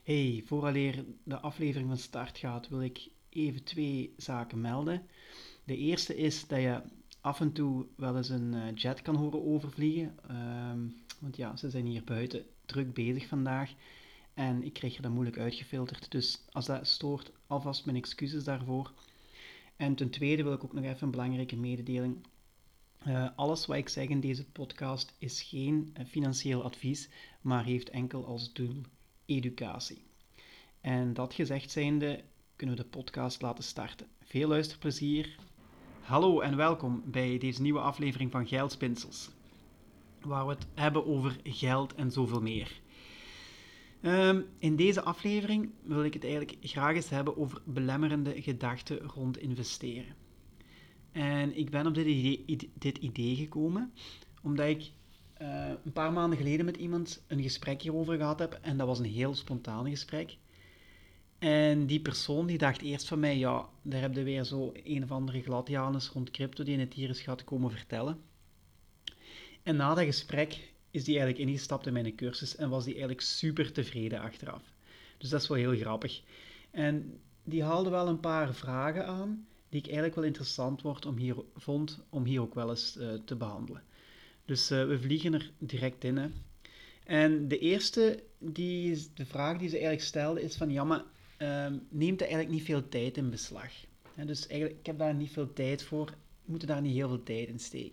Hey, vooraleer de aflevering van start gaat, wil ik even twee zaken melden. De eerste is dat je af en toe wel eens een jet kan horen overvliegen. Want ja, ze zijn hier buiten druk bezig vandaag en ik kreeg er dat moeilijk uitgefilterd. Dus als dat stoort, alvast mijn excuses daarvoor. En ten tweede wil ik ook nog even een belangrijke mededeling. Alles wat ik zeg in deze podcast is geen financieel advies, maar heeft enkel als doel educatie. En dat gezegd zijnde kunnen we de podcast laten starten. Veel luisterplezier. Hallo en welkom bij deze nieuwe aflevering van Geldspinsels, waar we het hebben over geld en zoveel meer. In deze aflevering wil ik het eigenlijk graag eens hebben over belemmerende gedachten rond investeren. En ik ben op dit idee gekomen omdat ik een paar maanden geleden met iemand een gesprek hierover gehad heb. En dat was een heel spontaan gesprek. En die persoon die dacht eerst van mij, ja, daar heb je weer zo een of andere gladianus rond crypto die het hier eens gaat komen vertellen. En na dat gesprek is die eigenlijk ingestapt in mijn cursus en was die eigenlijk super tevreden achteraf. Dus dat is wel heel grappig. En die haalde wel een paar vragen aan die ik eigenlijk wel interessant vond om hier ook wel eens te behandelen. Dus we vliegen er direct in. Hè. En de eerste, de vraag die ze eigenlijk stelde is van, ja, maar neemt dat eigenlijk niet veel tijd in beslag? Dus eigenlijk, ik heb daar niet veel tijd voor, we moeten daar niet heel veel tijd in steken.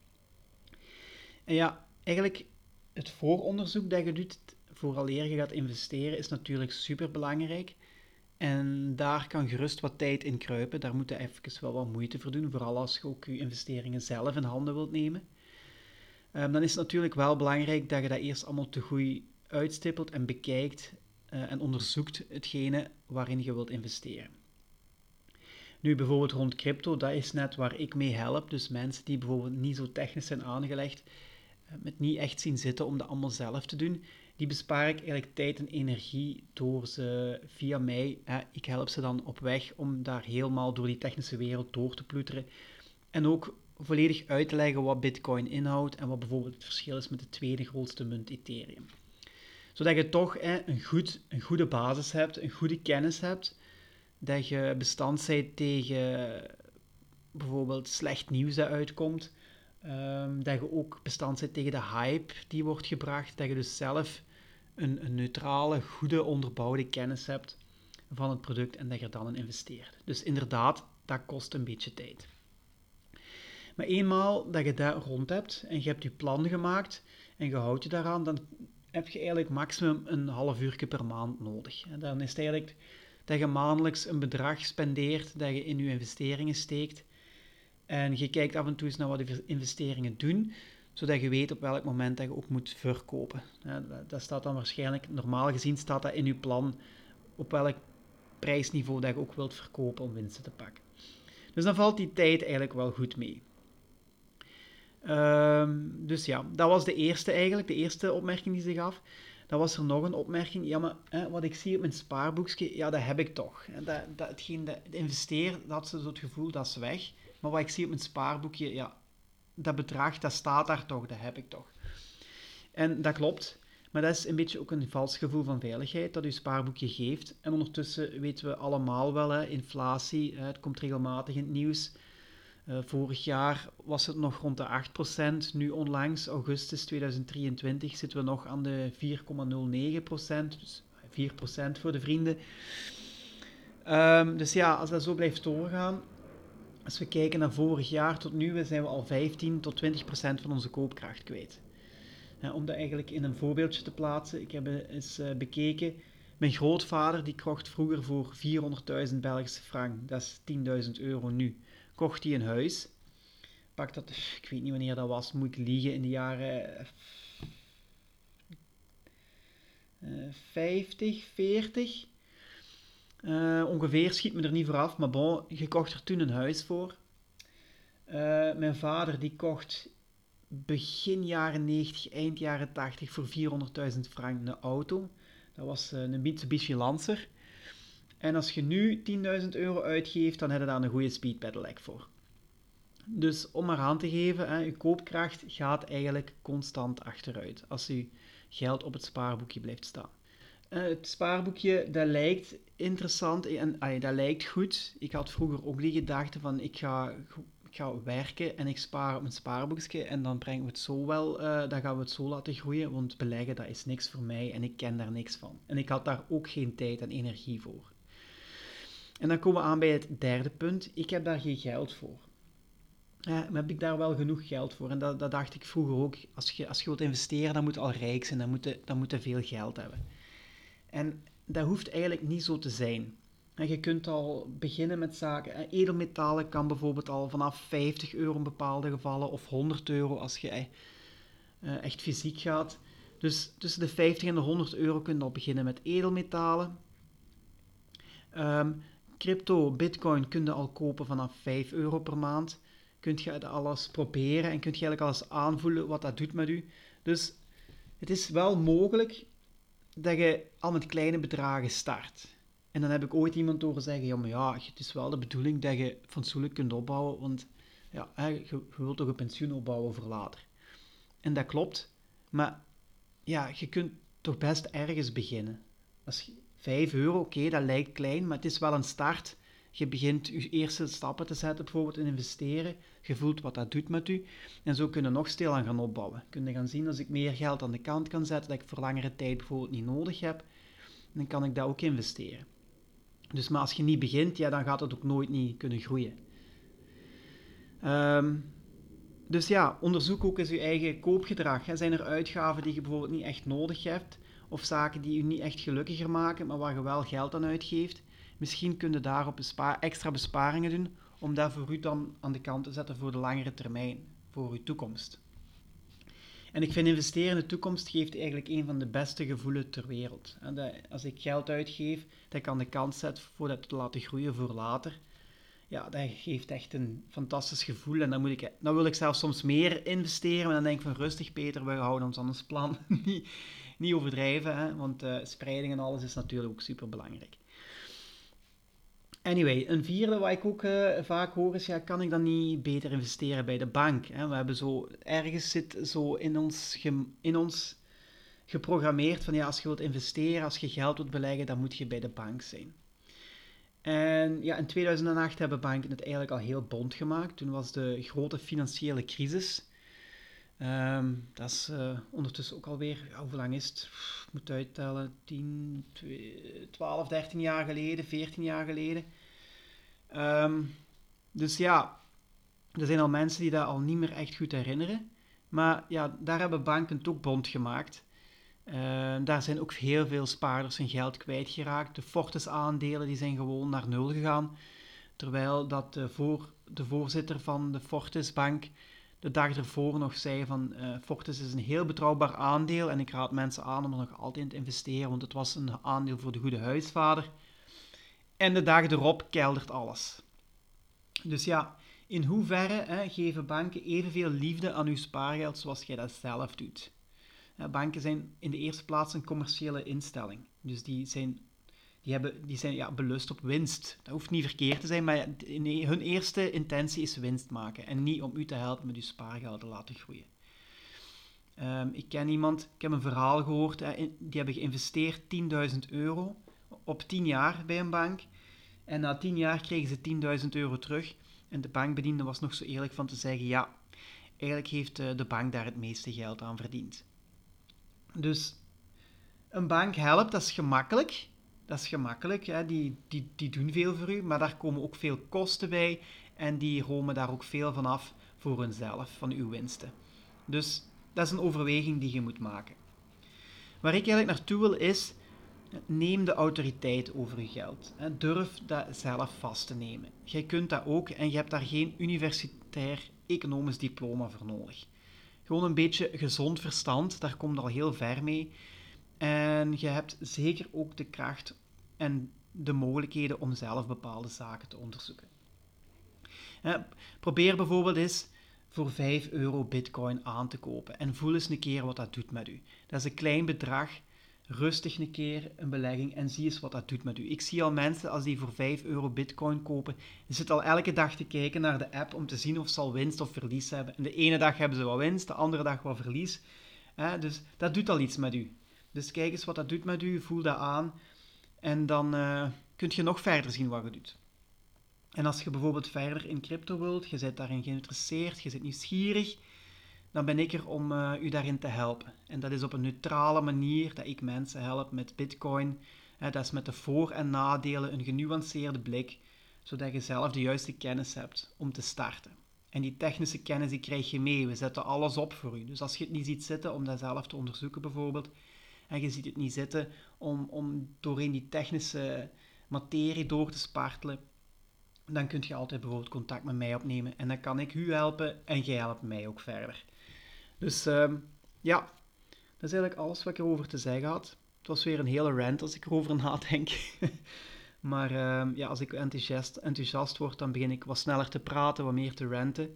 En ja, eigenlijk het vooronderzoek dat je doet vooraleer je gaat investeren is natuurlijk super belangrijk. En daar kan gerust wat tijd in kruipen. Daar moet je even wel wat moeite voor doen, vooral als je ook je investeringen zelf in handen wilt nemen. Dan is het natuurlijk wel belangrijk dat je dat eerst allemaal te goed uitstippelt en bekijkt en onderzoekt hetgene waarin je wilt investeren. Nu bijvoorbeeld rond crypto, dat is net waar ik mee help. Dus mensen die bijvoorbeeld niet zo technisch zijn aangelegd, met niet echt zien zitten om dat allemaal zelf te doen, die bespaar ik eigenlijk tijd en energie door ze via mij, ik help ze dan op weg om daar helemaal door die technische wereld door te ploeteren. En ook volledig uit te leggen wat Bitcoin inhoudt en wat bijvoorbeeld het verschil is met de tweede grootste munt Ethereum. Zodat je toch een goede basis hebt, een goede kennis hebt, dat je bestand bent tegen bijvoorbeeld slecht nieuws dat uitkomt, dat je ook bestand bent tegen de hype die wordt gebracht, dat je dus zelf een neutrale, goede onderbouwde kennis hebt van het product en dat je er dan in investeert. Dus inderdaad, dat kost een beetje tijd. Maar eenmaal dat je dat rond hebt en je hebt je plan gemaakt en je houdt je daaraan, dan heb je eigenlijk maximum een half uur per maand nodig. En dan is het eigenlijk dat je maandelijks een bedrag spendeert dat je in je investeringen steekt. En je kijkt af en toe eens naar wat die investeringen doen, zodat je weet op welk moment dat je ook moet verkopen. Dat staat dan waarschijnlijk, normaal gezien staat dat in je plan, op welk prijsniveau dat je ook wilt verkopen om winsten te pakken. Dus dan valt die tijd eigenlijk wel goed mee. Dus ja, dat was de eerste opmerking die ze gaf. Dan was er nog een opmerking, ja, maar wat ik zie op mijn spaarboekje, ja, dat heb ik toch. Het investeren, dat had ze zo het gevoel, dat is weg. Maar wat ik zie op mijn spaarboekje, ja, dat bedrag, dat staat daar toch, dat heb ik toch. En dat klopt, maar dat is een beetje ook een vals gevoel van veiligheid dat je spaarboekje geeft. En ondertussen weten we allemaal wel, inflatie, het komt regelmatig in het nieuws. Vorig jaar was het nog rond de 8%. Nu onlangs, augustus 2023, zitten we nog aan de 4,09%. Dus 4% voor de vrienden. Dus ja, als dat zo blijft doorgaan, als we kijken naar vorig jaar tot nu, zijn we al 15 tot 20% van onze koopkracht kwijt. Om dat eigenlijk in een voorbeeldje te plaatsen, ik heb eens bekeken. Mijn grootvader die kocht vroeger voor 400.000 Belgische frank, dat is 10.000 euro nu, kocht hij een huis. Pak dat, ik weet niet wanneer dat was, moet ik liegen, in de jaren 50, 40. Ongeveer, schiet me er niet vooraf, maar bon, je kocht er toen een huis voor. Mijn vader die kocht begin jaren 90, eind jaren 80 voor 400.000 frank een auto. Dat was een Mitsubishi Lancer. En als je nu 10.000 euro uitgeeft, dan heb je daar een goede speed pedelec voor. Dus om maar aan te geven, je koopkracht gaat eigenlijk constant achteruit als je geld op het spaarboekje blijft staan. Het spaarboekje, dat lijkt interessant en dat lijkt goed. Ik had vroeger ook die gedachte van ik ga werken en ik spaar op mijn spaarboekje en dan brengen we het zo wel, dan gaan we het zo laten groeien, want beleggen dat is niks voor mij en ik ken daar niks van. En ik had daar ook geen tijd en energie voor. En dan komen we aan bij het derde punt. Ik heb daar geen geld voor. Maar heb ik daar wel genoeg geld voor? En dat dacht ik vroeger ook. Als je wilt investeren, dan moet je al rijk zijn. Dan moet je veel geld hebben. En dat hoeft eigenlijk niet zo te zijn. En je kunt al beginnen met zaken. Edelmetalen kan bijvoorbeeld al vanaf 50 euro in bepaalde gevallen. Of 100 euro als je echt fysiek gaat. Dus tussen de 50 en de 100 euro kun je al beginnen met edelmetalen. Crypto, bitcoin kun je al kopen vanaf 5 euro per maand. Kun je alles proberen en kun je eigenlijk alles aanvoelen wat dat doet met u. Dus het is wel mogelijk dat je al met kleine bedragen start. En dan heb ik ooit iemand horen zeggen, ja, maar ja, het is wel de bedoeling dat je fatsoenlijk kunt opbouwen, want ja, je wilt toch een pensioen opbouwen voor later. En dat klopt, maar ja, je kunt toch best ergens beginnen. Als je 5 euro, oké, dat lijkt klein, maar het is wel een start. Je begint je eerste stappen te zetten, bijvoorbeeld in investeren. Je voelt wat dat doet met u. En zo kun je nog stilaan gaan opbouwen. Kun je gaan zien als ik meer geld aan de kant kan zetten, dat ik voor langere tijd bijvoorbeeld niet nodig heb, dan kan ik dat ook investeren. Dus maar als je niet begint, ja, dan gaat het ook nooit niet kunnen groeien. Dus ja, onderzoek ook eens je eigen koopgedrag. Zijn er uitgaven die je bijvoorbeeld niet echt nodig hebt? Of zaken die je niet echt gelukkiger maken, maar waar je wel geld aan uitgeeft? Misschien kun je daarop extra besparingen doen, om dat voor u dan aan de kant te zetten voor de langere termijn, voor uw toekomst. En ik vind investeren in de toekomst geeft eigenlijk een van de beste gevoelens ter wereld. Als ik geld uitgeef, dat ik aan de kant zet voor dat te laten groeien voor later. Ja, dat geeft echt een fantastisch gevoel. En dan wil ik zelfs soms meer investeren. Maar dan denk ik van rustig Peter, we houden ons aan ons plan. niet overdrijven, hè? Want spreiding en alles is natuurlijk ook super belangrijk. Anyway, een vierde wat ik ook vaak hoor is, ja, kan ik dan niet beter investeren bij de bank? Hè? We hebben zo, ergens zit zo in ons geprogrammeerd van, ja, als je wilt investeren, als je geld wilt beleggen, dan moet je bij de bank zijn. En ja, in 2008 hebben banken het eigenlijk al heel bond gemaakt. Toen was de grote financiële crisis. Dat is ondertussen ook alweer, ja, hoe lang is het? Ik moet uittellen, 10, 12, 13 jaar geleden, 14 jaar geleden. Dus ja, er zijn al mensen die dat al niet meer echt goed herinneren. Maar ja, daar hebben banken het ook bond gemaakt. Daar zijn ook heel veel spaarders hun geld kwijtgeraakt. De Fortis-aandelen die zijn gewoon naar nul gegaan. Terwijl dat de voorzitter van de Fortis-bank de dag ervoor nog zei van Fortis is een heel betrouwbaar aandeel en ik raad mensen aan om er nog altijd in te investeren, want het was een aandeel voor de goede huisvader. En de dag erop keldert alles. Dus ja, in hoeverre geven banken evenveel liefde aan uw spaargeld zoals jij dat zelf doet? Banken zijn in de eerste plaats een commerciële instelling. Dus die zijn belust op winst. Dat hoeft niet verkeerd te zijn, maar hun eerste intentie is winst maken. En niet om u te helpen met uw spaargeld te laten groeien. Ik ken iemand, ik heb een verhaal gehoord, die hebben geïnvesteerd 10.000 euro op 10 jaar bij een bank. En na 10 jaar kregen ze 10.000 euro terug. En de bankbediende was nog zo eerlijk van te zeggen, ja, eigenlijk heeft de bank daar het meeste geld aan verdiend. Dus een bank helpt, dat is gemakkelijk. Dat is gemakkelijk, hè? Die doen veel voor u, maar daar komen ook veel kosten bij en die romen daar ook veel van af voor hunzelf, van uw winsten. Dus dat is een overweging die je moet maken. Waar ik eigenlijk naartoe wil is, neem de autoriteit over je geld. Durf dat zelf vast te nemen. Jij kunt dat ook en je hebt daar geen universitair economisch diploma voor nodig. Gewoon een beetje gezond verstand, daar komt al heel ver mee. En je hebt zeker ook de kracht en de mogelijkheden om zelf bepaalde zaken te onderzoeken. Probeer bijvoorbeeld eens voor 5 euro bitcoin aan te kopen en voel eens een keer wat dat doet met u. Dat is een klein bedrag, rustig een keer een belegging en zie eens wat dat doet met u. Ik zie al mensen, als die voor 5 euro bitcoin kopen, die zitten al elke dag te kijken naar de app om te zien of ze al winst of verlies hebben. En de ene dag hebben ze wat winst, de andere dag wat verlies. Dus dat doet al iets met u. Dus kijk eens wat dat doet met u, voel dat aan en dan kun je nog verder zien wat je doet. En als je bijvoorbeeld verder in crypto wilt, je bent daarin geïnteresseerd, je bent nieuwsgierig, dan ben ik er om u daarin te helpen. En dat is op een neutrale manier dat ik mensen help met Bitcoin. Dat is met de voor- en nadelen, een genuanceerde blik, zodat je zelf de juiste kennis hebt om te starten. En die technische kennis die krijg je mee. We zetten alles op voor u. Dus als je het niet ziet zitten om dat zelf te onderzoeken bijvoorbeeld, en je ziet het niet zitten om doorheen die technische materie door te spartelen, dan kun je altijd bijvoorbeeld contact met mij opnemen. En dan kan ik u helpen en jij helpt mij ook verder. Dus ja, dat is eigenlijk alles wat ik erover te zeggen had. Het was weer een hele rant als ik erover nadenk. Maar ja, als ik enthousiast word, dan begin ik wat sneller te praten, wat meer te ranten.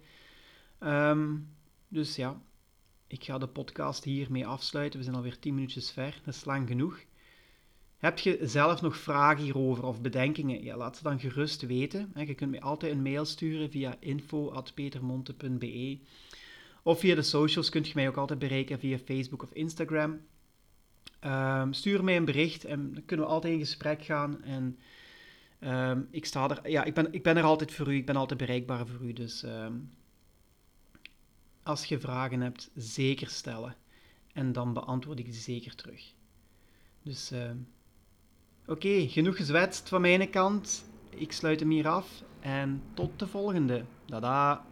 Dus ja, ik ga de podcast hiermee afsluiten. We zijn alweer 10 minuutjes ver, dat is lang genoeg. Heb je zelf nog vragen hierover of bedenkingen? Ja, laat ze dan gerust weten. Je kunt mij altijd een mail sturen via info@petermonte.be. Of via de socials kun je mij ook altijd bereiken via Facebook of Instagram. Stuur mij een bericht en dan kunnen we altijd in gesprek gaan. En ik ben er altijd voor u, ik ben altijd bereikbaar voor u. Dus als je vragen hebt, zeker stellen. En dan beantwoord ik die zeker terug. Dus oké, genoeg gezwetst van mijn kant. Ik sluit hem hier af en tot de volgende. Dada!